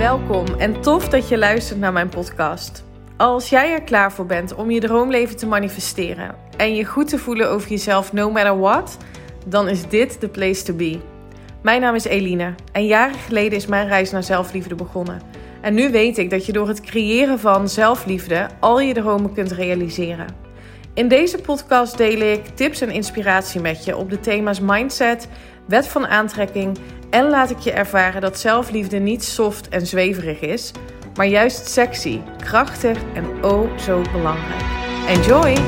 Welkom en tof dat je luistert naar mijn podcast. Als jij er klaar voor bent om je droomleven te manifesteren en je goed te voelen over jezelf no matter what, dan is dit the place to be. Mijn naam is Eline en jaren geleden is mijn reis naar zelfliefde begonnen. En nu weet ik dat je door het creëren van zelfliefde al je dromen kunt realiseren. In deze podcast deel ik tips en inspiratie met je op de thema's mindset, wet van aantrekking en laat ik je ervaren dat zelfliefde niet soft en zweverig is, maar juist sexy, krachtig en oh zo belangrijk. Enjoy!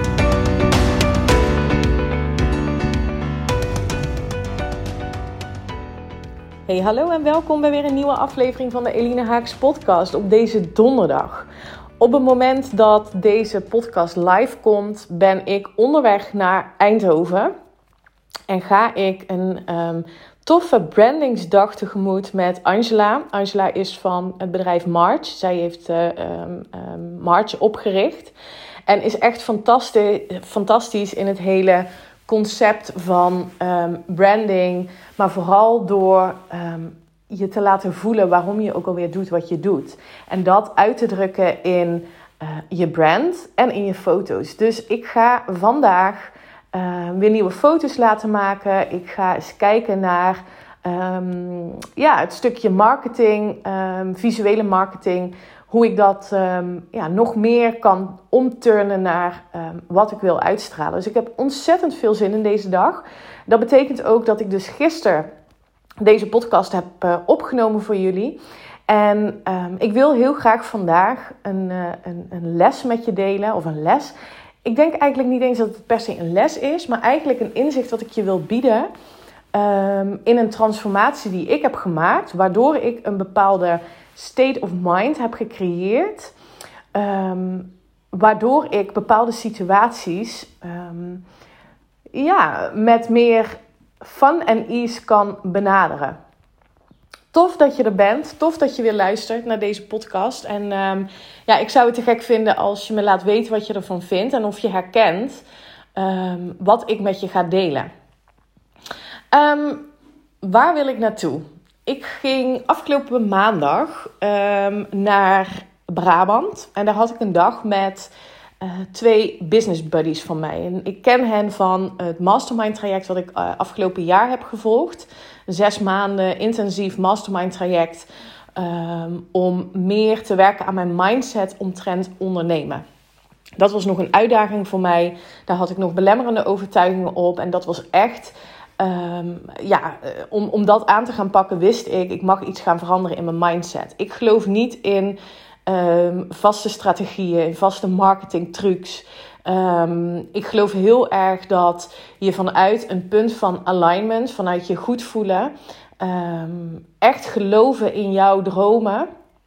Hey, hallo en welkom bij weer een nieuwe aflevering van de Eline Haaks podcast op deze donderdag. Op het moment dat deze podcast live komt, ben ik onderweg naar Eindhoven en ga ik een toffe brandingsdag tegemoet met Angela. Angela is van het bedrijf March. Zij heeft March opgericht en is echt fantastisch in het hele concept van branding, maar vooral door je te laten voelen waarom je ook alweer doet wat je doet. En dat uit te drukken in je brand en in je foto's. Dus ik ga vandaag weer nieuwe foto's laten maken. Ik ga eens kijken naar het stukje marketing, visuele marketing. Hoe ik dat nog meer kan omturnen naar wat ik wil uitstralen. Dus ik heb ontzettend veel zin in deze dag. Dat betekent ook dat ik dus gisteren deze podcast heb opgenomen voor jullie. En ik wil heel graag vandaag een les met je delen. Of een les. Ik denk eigenlijk niet eens dat het per se een les is. Maar eigenlijk een inzicht wat ik je wil bieden. In een transformatie die ik heb gemaakt. Waardoor ik een bepaalde state of mind heb gecreëerd. Waardoor ik bepaalde situaties met meer fun en ease kan benaderen. Tof dat je er bent. Tof dat je weer luistert naar deze podcast. En ik zou het te gek vinden als je me laat weten wat je ervan vindt. En of je herkent wat ik met je ga delen. Waar wil ik naartoe? Ik ging afgelopen maandag naar Brabant. En daar had ik een dag met 2 business buddies van mij. En ik ken hen van het mastermind traject wat ik afgelopen jaar heb gevolgd. 6 maanden intensief mastermind traject. Om meer te werken aan mijn mindset omtrent ondernemen. Dat was nog een uitdaging voor mij. Daar had ik nog belemmerende overtuigingen op. En dat was echt om dat aan te gaan pakken wist ik mag iets gaan veranderen in mijn mindset. Ik geloof niet in vaste strategieën, in vaste marketingtrucs. Ik geloof heel erg dat je vanuit een punt van alignment, vanuit je goed voelen, echt geloven in jouw dromen.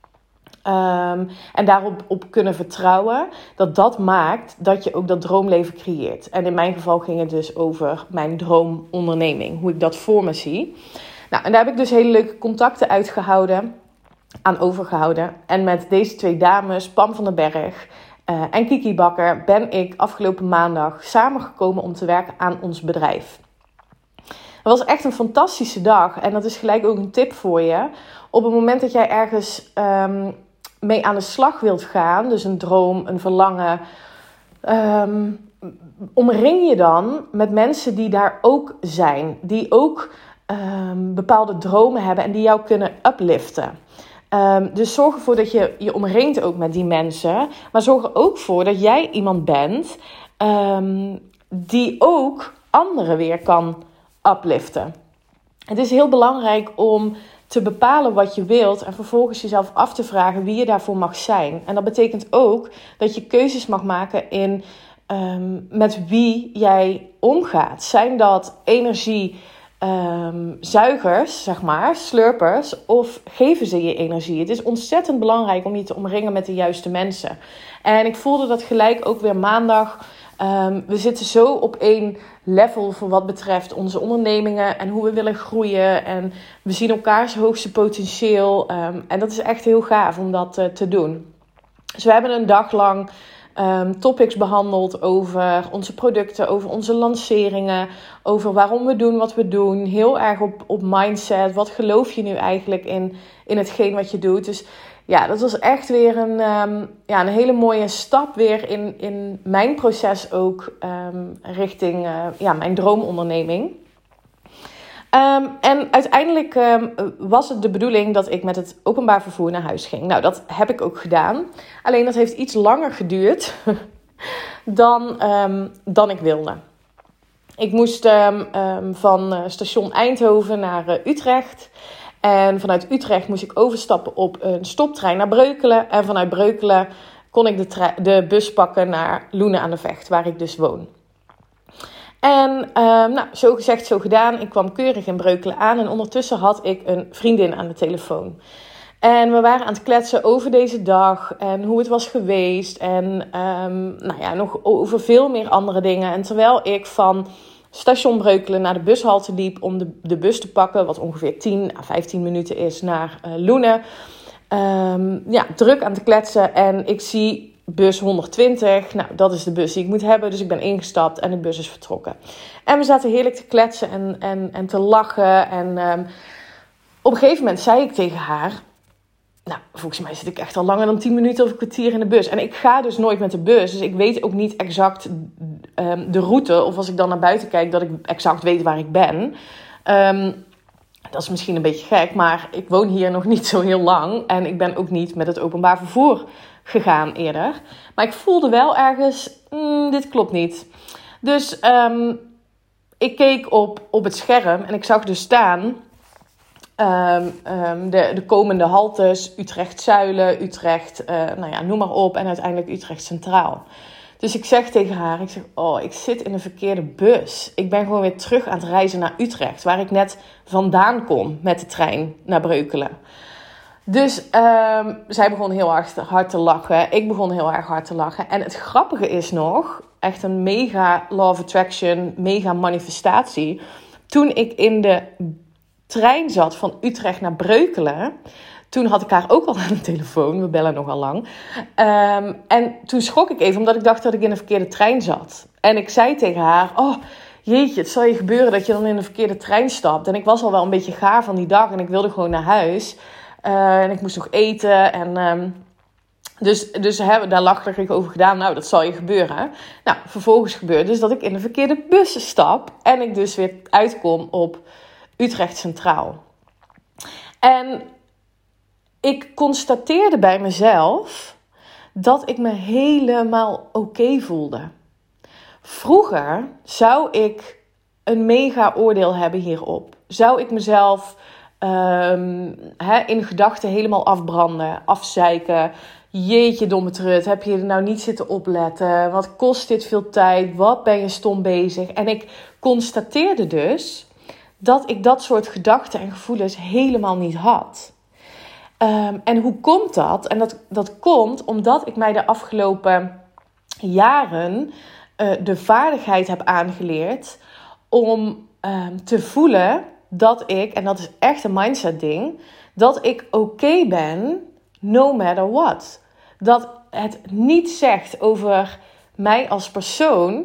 En daarop kunnen vertrouwen, dat maakt dat je ook dat droomleven creëert. En in mijn geval ging het dus over mijn droomonderneming, hoe ik dat voor me zie. Nou, en daar heb ik dus hele leuke contacten aan overgehouden. En met deze 2 dames, Pam van den Berg en Kiki Bakker, ben ik afgelopen maandag samengekomen om te werken aan ons bedrijf. Het was echt een fantastische dag en dat is gelijk ook een tip voor je. Op het moment dat jij ergens mee aan de slag wilt gaan, dus een droom, een verlangen, omring je dan met mensen die daar ook zijn. Die ook bepaalde dromen hebben en die jou kunnen upliften. Dus zorg ervoor dat je je omringt ook met die mensen. Maar zorg er ook voor dat jij iemand bent die ook anderen weer kan upliften. Het is heel belangrijk om te bepalen wat je wilt en vervolgens jezelf af te vragen wie je daarvoor mag zijn. En dat betekent ook dat je keuzes mag maken in met wie jij omgaat. Zijn dat energiezuigers, zeg maar, slurpers, of geven ze je energie? Het is ontzettend belangrijk om je te omringen met de juiste mensen. En ik voelde dat gelijk ook weer maandag. We zitten zo op één level voor wat betreft onze ondernemingen en hoe we willen groeien. En we zien elkaars hoogste potentieel. En dat is echt heel gaaf om dat te doen. Dus we hebben een dag lang topics behandeld over onze producten, over onze lanceringen, over waarom we doen wat we doen. Heel erg op mindset. Wat geloof je nu eigenlijk in hetgeen wat je doet? Dus ja, dat was echt weer een hele mooie stap weer in mijn proces ook richting mijn droomonderneming. En uiteindelijk was het de bedoeling dat ik met het openbaar vervoer naar huis ging. Nou, dat heb ik ook gedaan. Alleen dat heeft iets langer geduurd dan ik wilde. Ik moest van station Eindhoven naar Utrecht. En vanuit Utrecht moest ik overstappen op een stoptrein naar Breukelen. En vanuit Breukelen kon ik de bus pakken naar Loenen aan de Vecht, waar ik dus woon. En zo gezegd, zo gedaan. Ik kwam keurig in Breukelen aan en ondertussen had ik een vriendin aan de telefoon. En we waren aan het kletsen over deze dag en hoe het was geweest. En nog over veel meer andere dingen. En terwijl ik van station Breukelen naar de bushalte liep om de bus te pakken, wat ongeveer 10 à 15 minuten is, naar Loenen. Druk aan te kletsen en ik zie bus 120. Nou, dat is de bus die ik moet hebben. Dus ik ben ingestapt en de bus is vertrokken. En we zaten heerlijk te kletsen en te lachen. En op een gegeven moment zei ik tegen haar, nou, volgens mij zit ik echt al langer dan 10 minuten of een kwartier in de bus. En ik ga dus nooit met de bus. Dus ik weet ook niet exact de route. Of als ik dan naar buiten kijk, dat ik exact weet waar ik ben. Dat is misschien een beetje gek, maar ik woon hier nog niet zo heel lang. En ik ben ook niet met het openbaar vervoer gegaan eerder. Maar ik voelde wel ergens, dit klopt niet. Dus ik keek op het scherm en ik zag dus staan de komende haltes, Utrecht Zuilen, Utrecht, noem maar op. En uiteindelijk Utrecht Centraal. Dus ik zeg tegen haar, ik zit in de verkeerde bus. Ik ben gewoon weer terug aan het reizen naar Utrecht, waar ik net vandaan kom met de trein naar Breukelen. Dus zij begon heel hard te lachen. Ik begon heel erg hard te lachen. En het grappige is nog, echt een mega law of attraction, mega manifestatie. Toen ik in de trein zat van Utrecht naar Breukelen, toen had ik haar ook al aan de telefoon. We bellen nogal lang. En toen schrok ik even, omdat ik dacht dat ik in de verkeerde trein zat. En ik zei tegen haar, oh jeetje, het zal je gebeuren dat je dan in de verkeerde trein stapt. En ik was al wel een beetje gaar van die dag en ik wilde gewoon naar huis. En ik moest nog eten. En dus daar lacherig over gedaan. Nou, dat zal je gebeuren. Nou, vervolgens gebeurde dus dat ik in de verkeerde bus stap. En ik dus weer uitkom op Utrecht Centraal. En ik constateerde bij mezelf dat ik me helemaal oké voelde. Vroeger zou ik een mega oordeel hebben hierop. Zou ik mezelf in gedachten helemaal afbranden, afzeiken. Jeetje domme trut, heb je er nou niet zitten opletten? Wat kost dit veel tijd? Wat ben je stom bezig? En ik constateerde dus dat ik dat soort gedachten en gevoelens helemaal niet had. En hoe komt dat? En dat komt omdat ik mij de afgelopen jaren de vaardigheid heb aangeleerd om te voelen dat ik, en dat is echt een mindset ding, dat ik oké ben no matter what. Dat het niet zegt over mij als persoon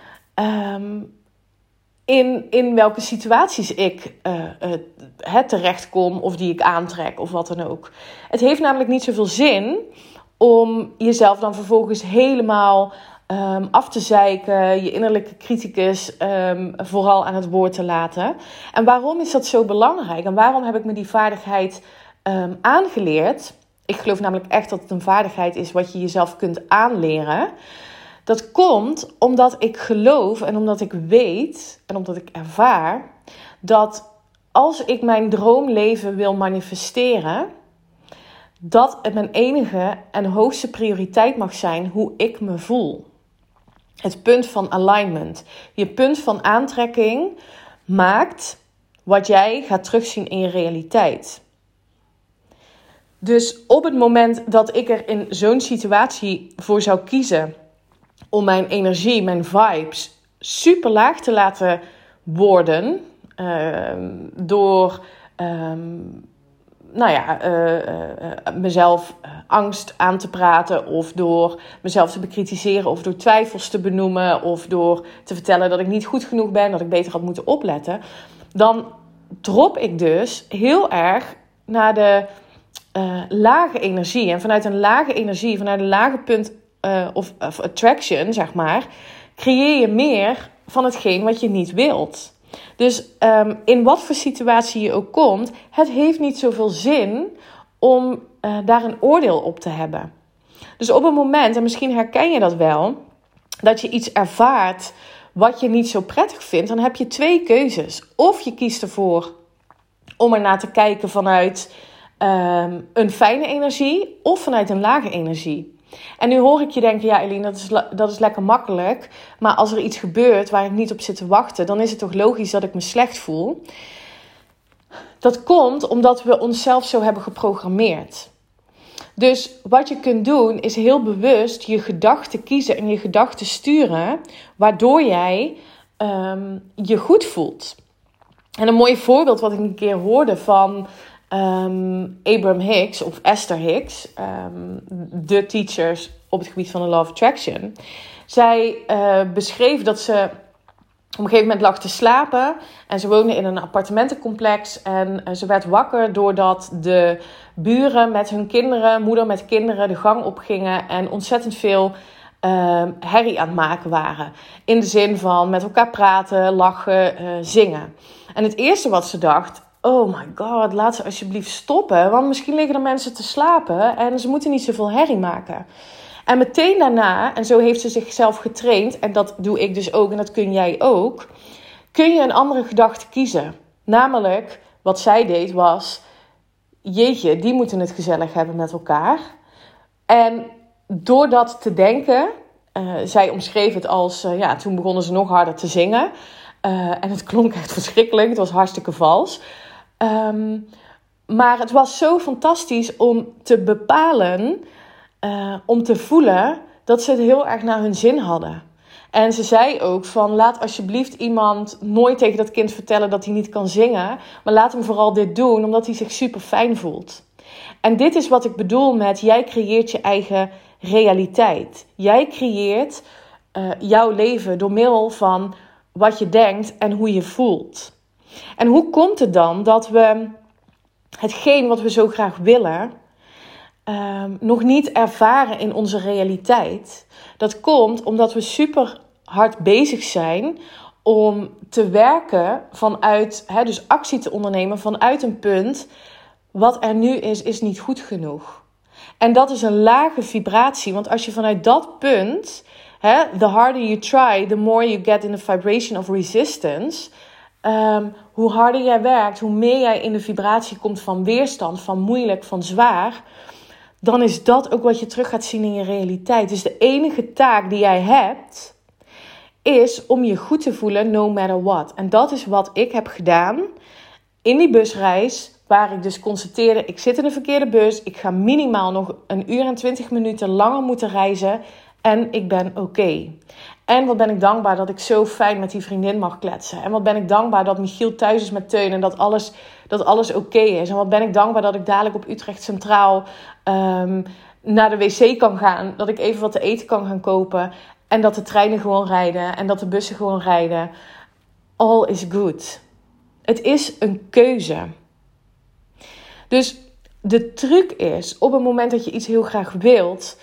in welke situaties ik terechtkom of die ik aantrek of wat dan ook. Het heeft namelijk niet zoveel zin om jezelf dan vervolgens helemaal af te zeiken, je innerlijke criticus vooral aan het woord te laten. En waarom is dat zo belangrijk? En waarom heb ik me die vaardigheid aangeleerd? Ik geloof namelijk echt dat het een vaardigheid is wat je jezelf kunt aanleren. Dat komt omdat ik geloof en omdat ik weet en omdat ik ervaar dat als ik mijn droomleven wil manifesteren, dat het mijn enige en hoogste prioriteit mag zijn hoe ik me voel. Het punt van alignment. Je punt van aantrekking maakt wat jij gaat terugzien in je realiteit. Dus op het moment dat ik er in zo'n situatie voor zou kiezen om mijn energie, mijn vibes super laag te laten worden door mezelf angst aan te praten, of door mezelf te bekritiseren, of door twijfels te benoemen, of door te vertellen dat ik niet goed genoeg ben, dat ik beter had moeten opletten, dan drop ik dus heel erg naar de lage energie. En vanuit een lage energie, vanuit een lage punt of attraction, zeg maar, creëer je meer van hetgeen wat je niet wilt. Dus in wat voor situatie je ook komt, het heeft niet zoveel zin om daar een oordeel op te hebben. Dus op een moment, en misschien herken je dat wel, dat je iets ervaart wat je niet zo prettig vindt, dan heb je 2 keuzes. Of je kiest ervoor om ernaar te kijken vanuit een fijne energie of vanuit een lage energie. En nu hoor ik je denken, ja Eline, dat is lekker makkelijk. Maar als er iets gebeurt waar ik niet op zit te wachten, dan is het toch logisch dat ik me slecht voel. Dat komt omdat we onszelf zo hebben geprogrammeerd. Dus wat je kunt doen is heel bewust je gedachten kiezen en je gedachten sturen, waardoor jij je goed voelt. En een mooi voorbeeld wat ik een keer hoorde van Abraham Hicks of Esther Hicks, de teachers op het gebied van de Law of Attraction. Zij beschreef dat ze op een gegeven moment lag te slapen en ze woonde in een appartementencomplex en ze werd wakker doordat de buren met hun kinderen, moeder met kinderen, de gang opgingen en ontzettend veel herrie aan het maken waren. In de zin van met elkaar praten, lachen, zingen. En het eerste wat ze dacht, oh my god, laat ze alsjeblieft stoppen, want misschien liggen er mensen te slapen en ze moeten niet zoveel herrie maken. En meteen daarna, en zo heeft ze zichzelf getraind, en dat doe ik dus ook en dat kun jij ook, kun je een andere gedachte kiezen. Namelijk, wat zij deed was, jeetje, die moeten het gezellig hebben met elkaar. En door dat te denken, zij omschreef het als, toen begonnen ze nog harder te zingen. En het klonk echt verschrikkelijk, het was hartstikke vals. Maar het was zo fantastisch om te bepalen, om te voelen dat ze het heel erg naar hun zin hadden. En ze zei ook van, laat alsjeblieft iemand nooit tegen dat kind vertellen dat hij niet kan zingen. Maar laat hem vooral dit doen, omdat hij zich super fijn voelt. En dit is wat ik bedoel met, jij creëert je eigen realiteit. Jij creëert jouw leven door middel van wat je denkt en hoe je voelt. En hoe komt het dan dat we hetgeen wat we zo graag willen nog niet ervaren in onze realiteit? Dat komt omdat we super hard bezig zijn om te werken vanuit, dus actie te ondernemen vanuit een punt, wat er nu is niet goed genoeg. En dat is een lage vibratie, want als je vanuit dat punt, the harder you try, the more you get in the vibration of resistance. Hoe harder jij werkt, hoe meer jij in de vibratie komt van weerstand, van moeilijk, van zwaar, dan is dat ook wat je terug gaat zien in je realiteit. Dus de enige taak die jij hebt, is om je goed te voelen no matter what. En dat is wat ik heb gedaan in die busreis, waar ik dus constateerde, ik zit in de verkeerde bus, ik ga minimaal nog 1 uur en 20 minuten langer moeten reizen en ik ben oké. En wat ben ik dankbaar dat ik zo fijn met die vriendin mag kletsen. En wat ben ik dankbaar dat Michiel thuis is met Teun en dat alles oké is. En wat ben ik dankbaar dat ik dadelijk op Utrecht Centraal naar de wc kan gaan. Dat ik even wat te eten kan gaan kopen. En dat de treinen gewoon rijden. En dat de bussen gewoon rijden. All is good. Het is een keuze. Dus de truc is, op het moment dat je iets heel graag wilt,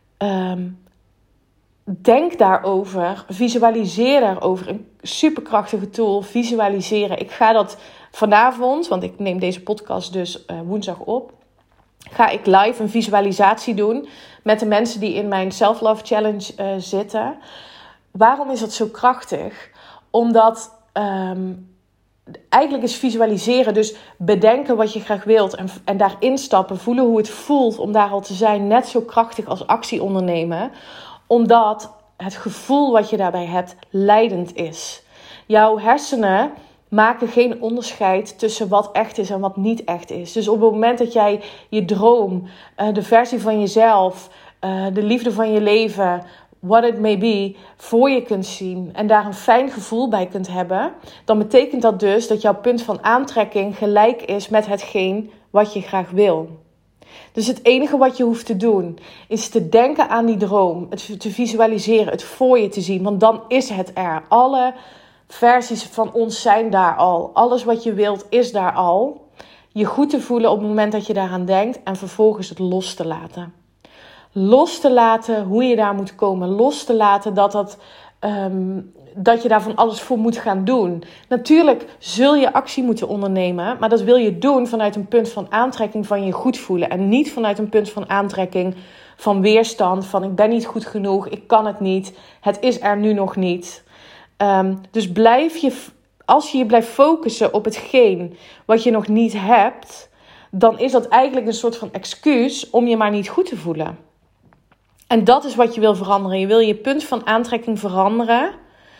denk daarover, visualiseer daarover. Een superkrachtige tool, visualiseren. Ik ga dat vanavond, want ik neem deze podcast dus woensdag op, ga ik live een visualisatie doen met de mensen die in mijn Self-Love Challenge zitten. Waarom is dat zo krachtig? Omdat eigenlijk is visualiseren, dus bedenken wat je graag wilt en daarin stappen, voelen hoe het voelt om daar al te zijn, net zo krachtig als actie ondernemen. Omdat het gevoel wat je daarbij hebt leidend is. Jouw hersenen maken geen onderscheid tussen wat echt is en wat niet echt is. Dus op het moment dat jij je droom, de versie van jezelf, de liefde van je leven, what it may be, voor je kunt zien en daar een fijn gevoel bij kunt hebben, dan betekent dat dus dat jouw punt van aantrekking gelijk is met hetgeen wat je graag wil. Dus het enige wat je hoeft te doen is te denken aan die droom, het te visualiseren, het voor je te zien, want dan is het er. Alle versies van ons zijn daar al. Alles wat je wilt is daar al. Je goed te voelen op het moment dat je daaraan denkt en vervolgens het los te laten. Los te laten hoe je daar moet komen. Los te laten dat je daar van alles voor moet gaan doen. Natuurlijk zul je actie moeten ondernemen, maar dat wil je doen vanuit een punt van aantrekking van je goed voelen. En niet vanuit een punt van aantrekking van weerstand, van ik ben niet goed genoeg, ik kan het niet, het is er nu nog niet. Dus als je je blijft focussen op hetgeen wat je nog niet hebt, dan is dat eigenlijk een soort van excuus om je maar niet goed te voelen. En dat is wat je wil veranderen. Je wil je punt van aantrekking veranderen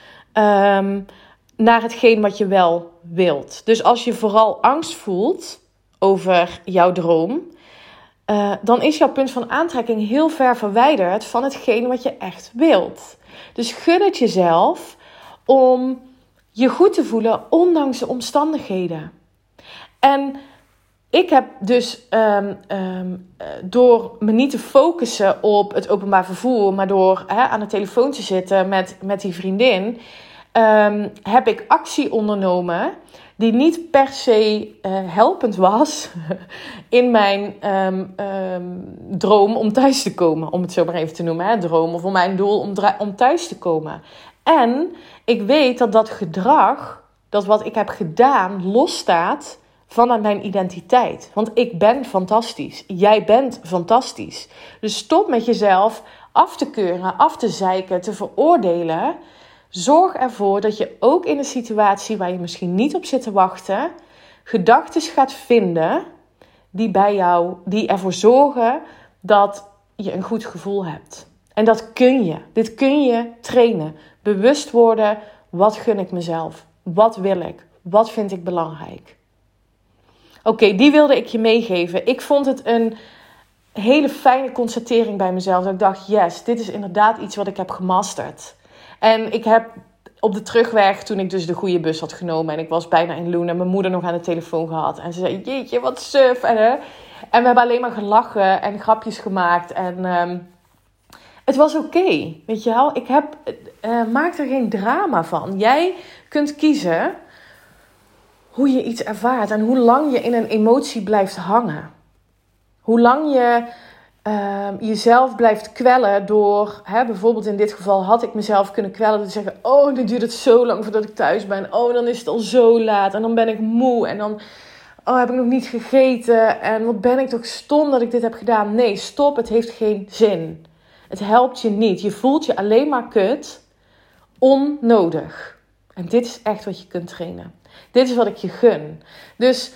naar hetgeen wat je wel wilt. Dus als je vooral angst voelt over jouw droom, dan is jouw punt van aantrekking heel ver verwijderd van hetgeen wat je echt wilt. Dus gun het jezelf om je goed te voelen ondanks de omstandigheden. En ik heb dus door me niet te focussen op het openbaar vervoer, maar door aan de telefoon te zitten met die vriendin, heb ik actie ondernomen die niet per se helpend was in mijn droom om thuis te komen. Om het zo maar even te noemen. Droom of mijn doel om thuis te komen. En ik weet dat gedrag, dat wat ik heb gedaan, losstaat vanuit mijn identiteit. Want ik ben fantastisch. Jij bent fantastisch. Dus stop met jezelf af te keuren, af te zeiken, te veroordelen. Zorg ervoor dat je ook in een situatie waar je misschien niet op zit te wachten, gedachten gaat vinden die ervoor zorgen dat je een goed gevoel hebt. En dat kun je. Dit kun je trainen. Bewust worden. Wat gun ik mezelf? Wat wil ik? Wat vind ik belangrijk? Oké, die wilde ik je meegeven. Ik vond het een hele fijne constatering bij mezelf. Dat ik dacht, yes, dit is inderdaad iets wat ik heb gemasterd. En ik heb op de terugweg, toen ik dus de goede bus had genomen en ik was bijna in Loenen, mijn moeder nog aan de telefoon gehad. En ze zei, jeetje, wat suf. En we hebben alleen maar gelachen en grapjes gemaakt. En het was oké, weet je wel. Maak er geen drama van. Jij kunt kiezen hoe je iets ervaart en hoe lang je in een emotie blijft hangen. Hoe lang je jezelf blijft kwellen door, bijvoorbeeld in dit geval had ik mezelf kunnen kwellen door te zeggen, oh, nu duurt het zo lang voordat ik thuis ben. Oh, dan is het al zo laat en dan ben ik moe en dan heb ik nog niet gegeten en wat ben ik toch stom dat ik dit heb gedaan. Nee, stop, het heeft geen zin. Het helpt je niet. Je voelt je alleen maar kut, onnodig. En dit is echt wat je kunt trainen. Dit is wat ik je gun. Dus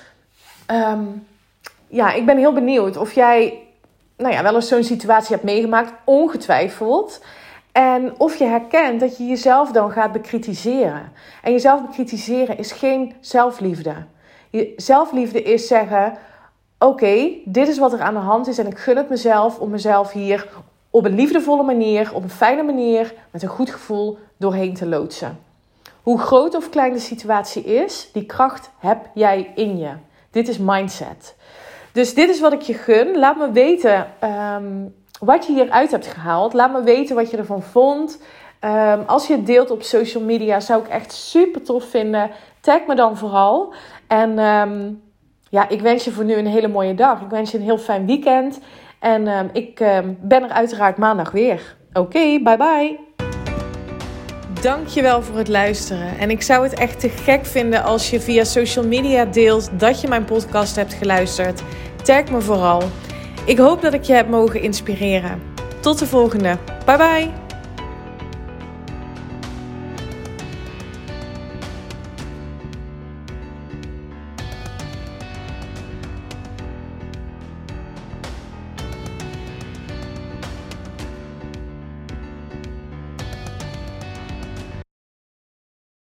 ik ben heel benieuwd of jij wel eens zo'n situatie hebt meegemaakt. Ongetwijfeld. En of je herkent dat je jezelf dan gaat bekritiseren. En jezelf bekritiseren is geen zelfliefde. Zelfliefde is zeggen, oké, dit is wat er aan de hand is en ik gun het mezelf om mezelf hier op een liefdevolle manier, op een fijne manier, met een goed gevoel doorheen te loodsen. Hoe groot of klein de situatie is, die kracht heb jij in je. Dit is mindset. Dus dit is wat ik je gun. Laat me weten wat je hieruit hebt gehaald. Laat me weten wat je ervan vond. Als je het deelt op social media, zou ik echt super tof vinden. Tag me dan vooral. En ik wens je voor nu een hele mooie dag. Ik wens je een heel fijn weekend. En ik ben er uiteraard maandag weer. Oké, bye bye. Dankjewel voor het luisteren. En ik zou het echt te gek vinden als je via social media deelt dat je mijn podcast hebt geluisterd. Tag me vooral. Ik hoop dat ik je heb mogen inspireren. Tot de volgende. Bye bye.